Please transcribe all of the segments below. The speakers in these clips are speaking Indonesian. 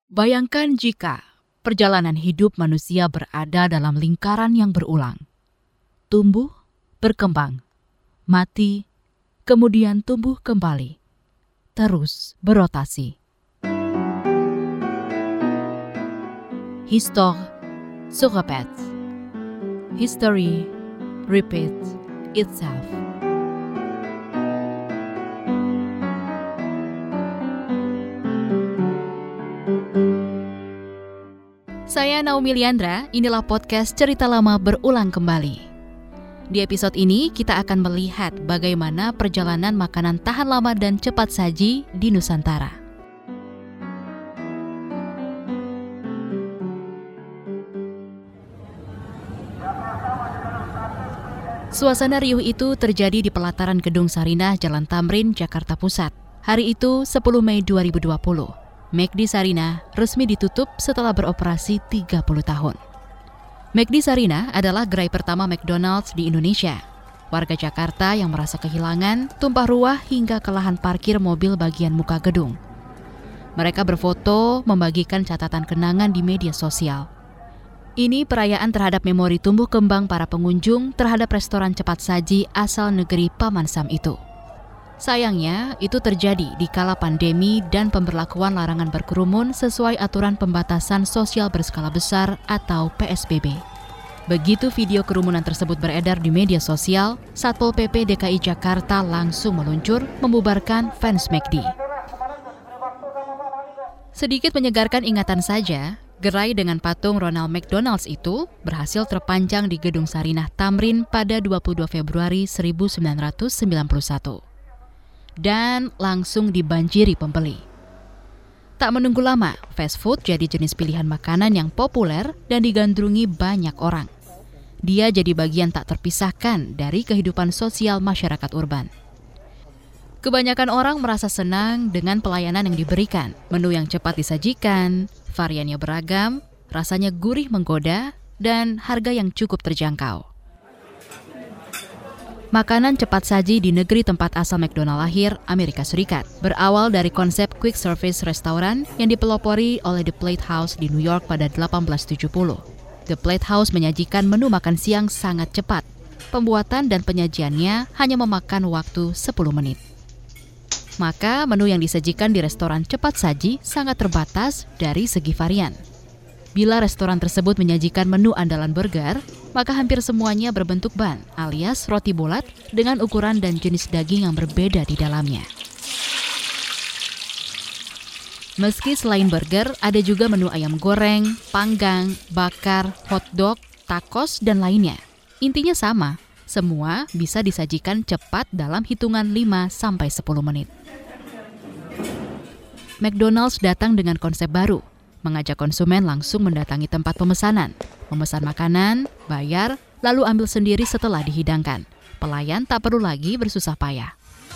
Bayangkan jika perjalanan hidup manusia berada dalam lingkaran yang berulang. Tumbuh, berkembang, mati, kemudian tumbuh kembali, terus berotasi. Histoire se répète. History repeats itself. Saya Naomi Liandra, inilah podcast Cerita Lama Berulang Kembali. Di episode ini kita akan melihat bagaimana perjalanan makanan tahan lama dan cepat saji di Nusantara. Suasana riuh itu terjadi di pelataran Gedung Sarinah, Jalan Tamrin, Jakarta Pusat. Hari itu 10 Mei 2020. McD Sarinah resmi ditutup setelah beroperasi 30 tahun. McD Sarinah adalah gerai pertama McDonald's di Indonesia. Warga Jakarta yang merasa kehilangan tumpah ruah hingga ke lahan parkir mobil bagian muka gedung. Mereka berfoto, membagikan catatan kenangan di media sosial. Ini perayaan terhadap memori tumbuh kembang para pengunjung terhadap restoran cepat saji asal negeri Paman Sam itu. Sayangnya, itu terjadi di kala pandemi dan pemberlakuan larangan berkerumun sesuai aturan pembatasan sosial berskala besar atau PSBB. Begitu video kerumunan tersebut beredar di media sosial, Satpol PP DKI Jakarta langsung meluncur membubarkan fans McD. Sedikit menyegarkan ingatan saja, gerai dengan patung Ronald McDonald's itu berhasil terpanjang di Gedung Sarinah Tamrin pada 22 Februari 1991. Dan langsung dibanjiri pembeli. Tak menunggu lama, fast food jadi jenis pilihan makanan yang populer dan digandrungi banyak orang. Dia jadi bagian tak terpisahkan dari kehidupan sosial masyarakat urban. Kebanyakan orang merasa senang dengan pelayanan yang diberikan, menu yang cepat disajikan, variannya beragam, rasanya gurih menggoda, dan harga yang cukup terjangkau. Makanan cepat saji di negeri tempat asal McDonald lahir, Amerika Serikat, berawal dari konsep quick service restoran yang dipelopori oleh The Plate House di New York pada 1870. The Plate House menyajikan menu makan siang sangat cepat. Pembuatan dan penyajiannya hanya memakan waktu 10 menit. Maka menu yang disajikan di restoran cepat saji sangat terbatas dari segi varian. Bila restoran tersebut menyajikan menu andalan burger, maka hampir semuanya berbentuk bun alias roti bulat dengan ukuran dan jenis daging yang berbeda di dalamnya. Meski selain burger, ada juga menu ayam goreng, panggang, bakar, hotdog, tacos, dan lainnya. Intinya sama, semua bisa disajikan cepat dalam hitungan 5-10 menit. McDonald's datang dengan konsep baru, mengajak konsumen langsung mendatangi tempat pemesanan, memesan makanan, bayar, lalu ambil sendiri setelah dihidangkan. Pelayan tak perlu lagi bersusah payah.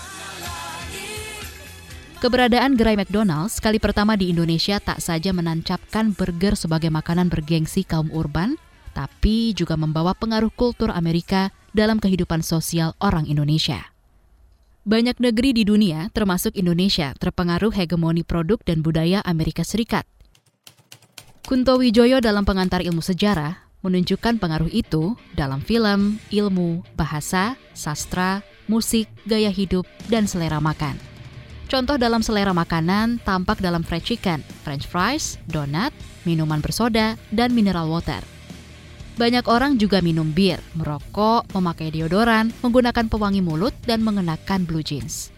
Keberadaan gerai McDonald's kali pertama di Indonesia tak saja menancapkan burger sebagai makanan bergengsi kaum urban, tapi juga membawa pengaruh kultur Amerika dalam kehidupan sosial orang Indonesia. Banyak negeri di dunia, termasuk Indonesia, terpengaruh hegemoni produk dan budaya Amerika Serikat. Kunto Wijoyo dalam Pengantar Ilmu Sejarah menunjukkan pengaruh itu dalam film, ilmu, bahasa, sastra, musik, gaya hidup, dan selera makan. Contoh dalam selera makanan tampak dalam fried chicken, french fries, donat, minuman bersoda, dan mineral water. Banyak orang juga minum bir, merokok, memakai deodoran, menggunakan pewangi mulut, dan mengenakan blue jeans.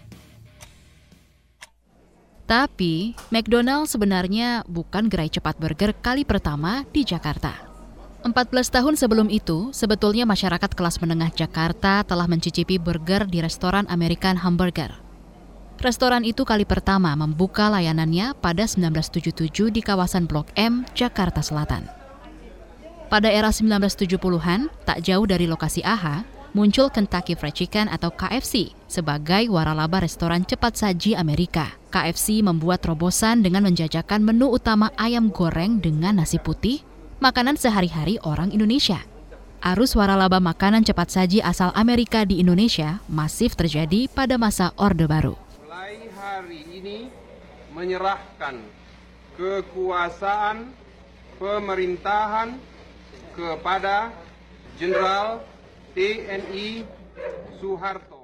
Tapi, McDonald's sebenarnya bukan gerai cepat burger kali pertama di Jakarta. 14 tahun sebelum itu, sebetulnya masyarakat kelas menengah Jakarta telah mencicipi burger di restoran American Hamburger. Restoran itu kali pertama membuka layanannya pada 1977 di kawasan Blok M, Jakarta Selatan. Pada era 1970-an, tak jauh dari lokasi AHA, muncul Kentucky Fried Chicken atau KFC sebagai waralaba restoran cepat saji Amerika. KFC membuat terobosan dengan menjajakan menu utama ayam goreng dengan nasi putih, makanan sehari-hari orang Indonesia. Arus waralaba makanan cepat saji asal Amerika di Indonesia masif terjadi pada masa Orde Baru. Mulai hari ini menyerahkan kekuasaan pemerintahan kepada Jenderal TNI Soeharto.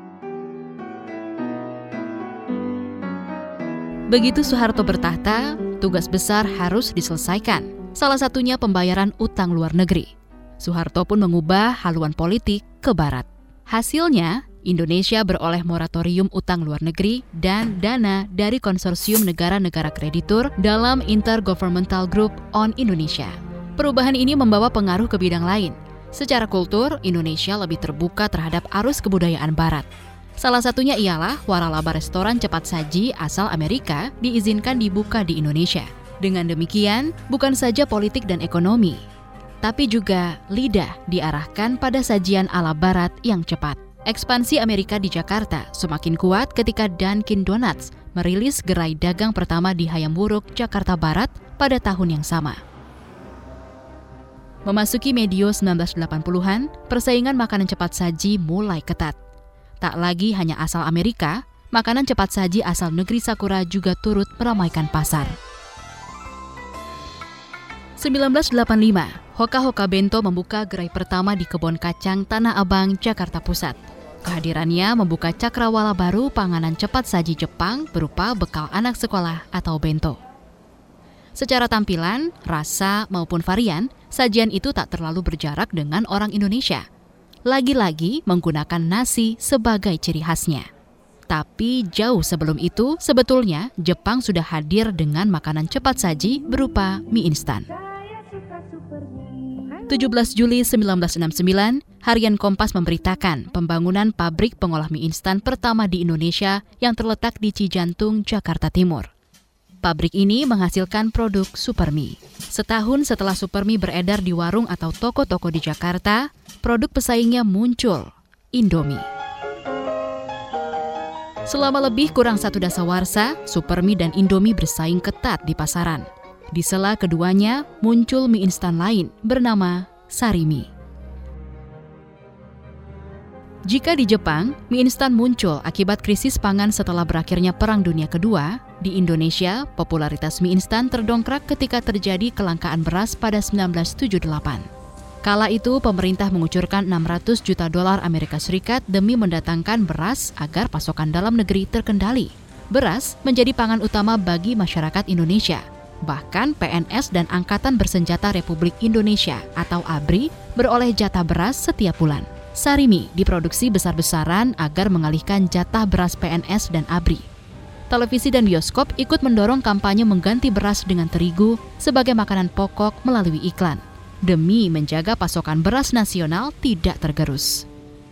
Begitu Soeharto bertahta, tugas besar harus diselesaikan. Salah satunya pembayaran utang luar negeri. Soeharto pun mengubah haluan politik ke barat. Hasilnya, Indonesia beroleh moratorium utang luar negeri dan dana dari konsorsium negara-negara kreditur dalam Intergovernmental Group on Indonesia. Perubahan ini membawa pengaruh ke bidang lain. Secara kultur, Indonesia lebih terbuka terhadap arus kebudayaan barat. Salah satunya ialah waralaba restoran cepat saji asal Amerika diizinkan dibuka di Indonesia. Dengan demikian, bukan saja politik dan ekonomi, tapi juga lidah diarahkan pada sajian ala barat yang cepat. Ekspansi Amerika di Jakarta semakin kuat ketika Dunkin Donuts merilis gerai dagang pertama di Hayamwuruk, Jakarta Barat pada tahun yang sama. Memasuki medio 1980-an, persaingan makanan cepat saji mulai ketat. Tak lagi hanya asal Amerika, makanan cepat saji asal negeri Sakura juga turut meramaikan pasar. 1985, Hoka Hoka Bento membuka gerai pertama di Kebon Kacang Tanah Abang, Jakarta Pusat. Kehadirannya membuka cakrawala baru panganan cepat saji Jepang berupa bekal anak sekolah atau bento. Secara tampilan, rasa maupun varian, sajian itu tak terlalu berjarak dengan orang Indonesia. Lagi-lagi menggunakan nasi sebagai ciri khasnya. Tapi jauh sebelum itu, sebetulnya Jepang sudah hadir dengan makanan cepat saji berupa mie instan. 17 Juli 1969, Harian Kompas memberitakan pembangunan pabrik pengolah mie instan pertama di Indonesia yang terletak di Cijantung, Jakarta Timur. Pabrik ini menghasilkan produk Supermie. Setahun setelah Supermie beredar di warung atau toko-toko di Jakarta, produk pesaingnya muncul, Indomie. Selama lebih kurang 1 dasawarsa, Supermie dan Indomie bersaing ketat di pasaran. Di sela keduanya, muncul mie instan lain bernama Sarimi. Jika di Jepang, mie instan muncul akibat krisis pangan setelah berakhirnya Perang Dunia Kedua, di Indonesia, popularitas mie instan terdongkrak ketika terjadi kelangkaan beras pada 1978. Kala itu, pemerintah mengucurkan $600 juta Amerika Serikat demi mendatangkan beras agar pasokan dalam negeri terkendali. Beras menjadi pangan utama bagi masyarakat Indonesia. Bahkan PNS dan Angkatan Bersenjata Republik Indonesia atau ABRI beroleh jatah beras setiap bulan. Sarimi diproduksi besar-besaran agar mengalihkan jatah beras PNS dan ABRI. Televisi dan bioskop ikut mendorong kampanye mengganti beras dengan terigu sebagai makanan pokok melalui iklan, demi menjaga pasokan beras nasional tidak tergerus.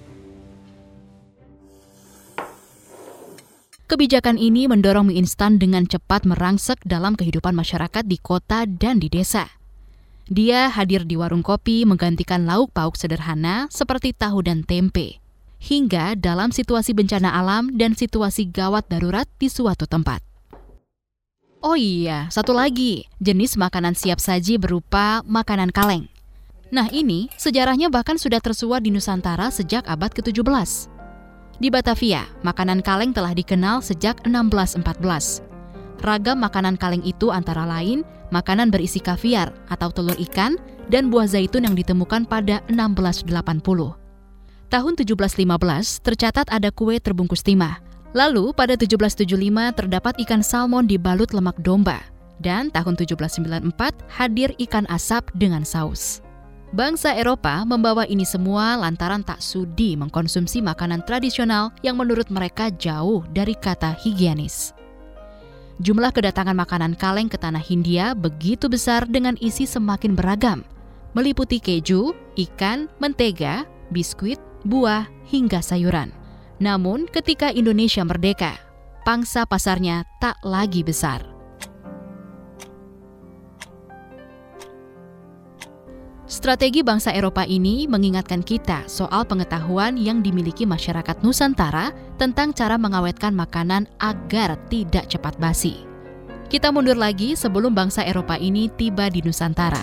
Kebijakan ini mendorong mie instan dengan cepat merangsek dalam kehidupan masyarakat di kota dan di desa. Dia hadir di warung kopi menggantikan lauk pauk sederhana seperti tahu dan tempe, hingga dalam situasi bencana alam dan situasi gawat darurat di suatu tempat. Oh iya, satu lagi, jenis makanan siap saji berupa makanan kaleng. Nah ini, sejarahnya bahkan sudah tersuar di Nusantara sejak abad ke-17. Di Batavia, makanan kaleng telah dikenal sejak 1614. Ragam makanan kaleng itu antara lain makanan berisi kaviar atau telur ikan dan buah zaitun yang ditemukan pada 1680. Tahun 1715 tercatat ada kue terbungkus timah. Lalu pada 1775 terdapat ikan salmon dibalut lemak domba. Dan tahun 1794 hadir ikan asap dengan saus. Bangsa Eropa membawa ini semua lantaran tak sudi mengkonsumsi makanan tradisional yang menurut mereka jauh dari kata higienis. Jumlah kedatangan makanan kaleng ke tanah Hindia begitu besar dengan isi semakin beragam, meliputi keju, ikan, mentega, biskuit, buah, hingga sayuran. Namun ketika Indonesia merdeka, pangsa pasarnya tak lagi besar. Strategi bangsa Eropa ini mengingatkan kita soal pengetahuan yang dimiliki masyarakat Nusantara tentang cara mengawetkan makanan agar tidak cepat basi. Kita mundur lagi sebelum bangsa Eropa ini tiba di Nusantara.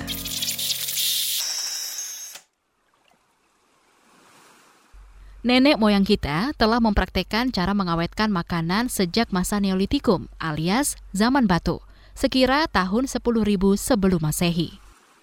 Nenek moyang kita telah mempraktekkan cara mengawetkan makanan sejak masa Neolitikum alias zaman batu, sekira tahun 10.000 sebelum Masehi.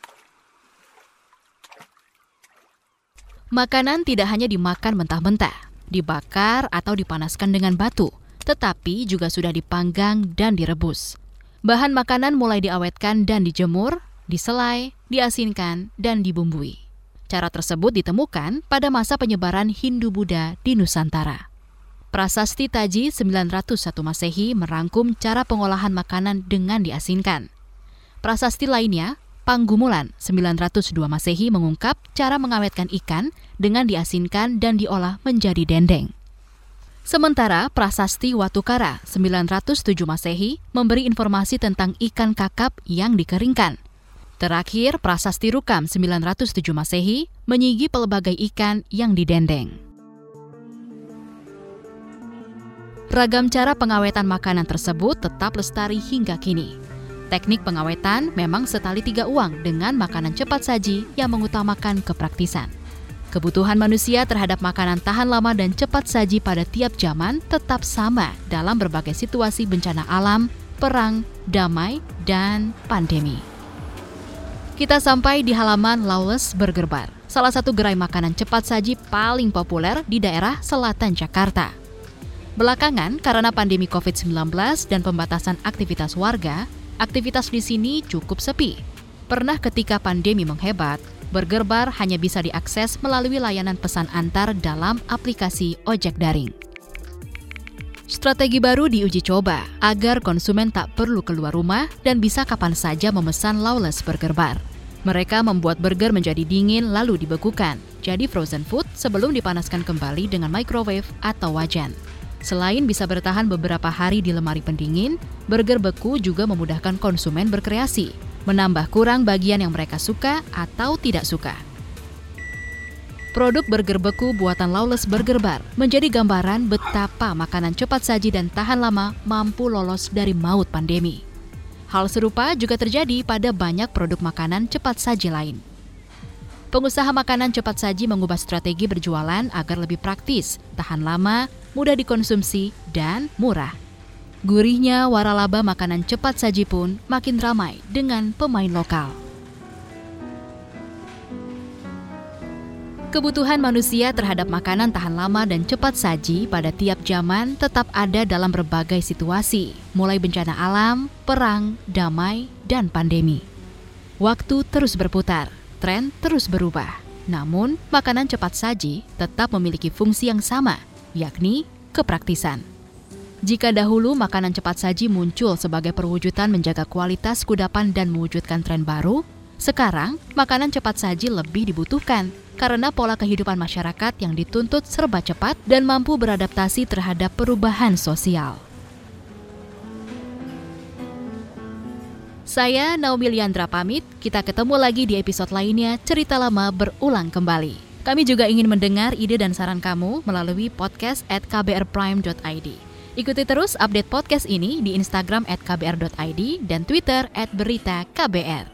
Makanan tidak hanya dimakan mentah-mentah, dibakar atau dipanaskan dengan batu, tetapi juga sudah dipanggang dan direbus. Bahan makanan mulai diawetkan dan dijemur, diselai, diasinkan, dan dibumbui. Cara tersebut ditemukan pada masa penyebaran Hindu-Buddha di Nusantara. Prasasti Taji 901 Masehi merangkum cara pengolahan makanan dengan diasinkan. Prasasti lainnya, Panggumulan 902 Masehi mengungkap cara mengawetkan ikan dengan diasinkan dan diolah menjadi dendeng. Sementara Prasasti Watukara 907 Masehi memberi informasi tentang ikan kakap yang dikeringkan. Terakhir, Prasasti Rukam 907 Masehi menyigi pelbagai ikan yang didendeng. Ragam cara pengawetan makanan tersebut tetap lestari hingga kini. Teknik pengawetan memang setali tiga uang dengan makanan cepat saji yang mengutamakan kepraktisan. Kebutuhan manusia terhadap makanan tahan lama dan cepat saji pada tiap zaman tetap sama dalam berbagai situasi bencana alam, perang, damai, dan pandemi. Kita sampai di halaman Lawless Burger Bar, salah satu gerai makanan cepat saji paling populer di daerah selatan Jakarta. Belakangan, karena pandemi COVID-19 dan pembatasan aktivitas warga, aktivitas di sini cukup sepi. Pernah ketika pandemi menghebat, Burger Bar hanya bisa diakses melalui layanan pesan antar dalam aplikasi ojek daring. Strategi baru diuji coba agar konsumen tak perlu keluar rumah dan bisa kapan saja memesan Lawless Burger Bar. Mereka membuat burger menjadi dingin lalu dibekukan, jadi frozen food sebelum dipanaskan kembali dengan microwave atau wajan. Selain bisa bertahan beberapa hari di lemari pendingin, burger beku juga memudahkan konsumen berkreasi, menambah kurang bagian yang mereka suka atau tidak suka. Produk burger beku buatan Lawless Burger Bar menjadi gambaran betapa makanan cepat saji dan tahan lama mampu lolos dari maut pandemi. Hal serupa juga terjadi pada banyak produk makanan cepat saji lain. Pengusaha makanan cepat saji mengubah strategi berjualan agar lebih praktis, tahan lama, mudah dikonsumsi, dan murah. Gurihnya waralaba makanan cepat saji pun makin ramai dengan pemain lokal. Kebutuhan manusia terhadap makanan tahan lama dan cepat saji pada tiap zaman tetap ada dalam berbagai situasi, mulai bencana alam, perang, damai, dan pandemi. Waktu terus berputar, tren terus berubah. Namun, makanan cepat saji tetap memiliki fungsi yang sama, yakni kepraktisan. Jika dahulu makanan cepat saji muncul sebagai perwujudan menjaga kualitas kudapan dan mewujudkan tren baru, sekarang makanan cepat saji lebih dibutuhkan karena pola kehidupan masyarakat yang dituntut serba cepat dan mampu beradaptasi terhadap perubahan sosial. Saya Naomi Liandra pamit, kita ketemu lagi di episode lainnya Cerita Lama Berulang Kembali. Kami juga ingin mendengar ide dan saran kamu melalui podcast@kbrprime.id. Ikuti terus update podcast ini di Instagram @kbr.id dan Twitter @beritaKBR.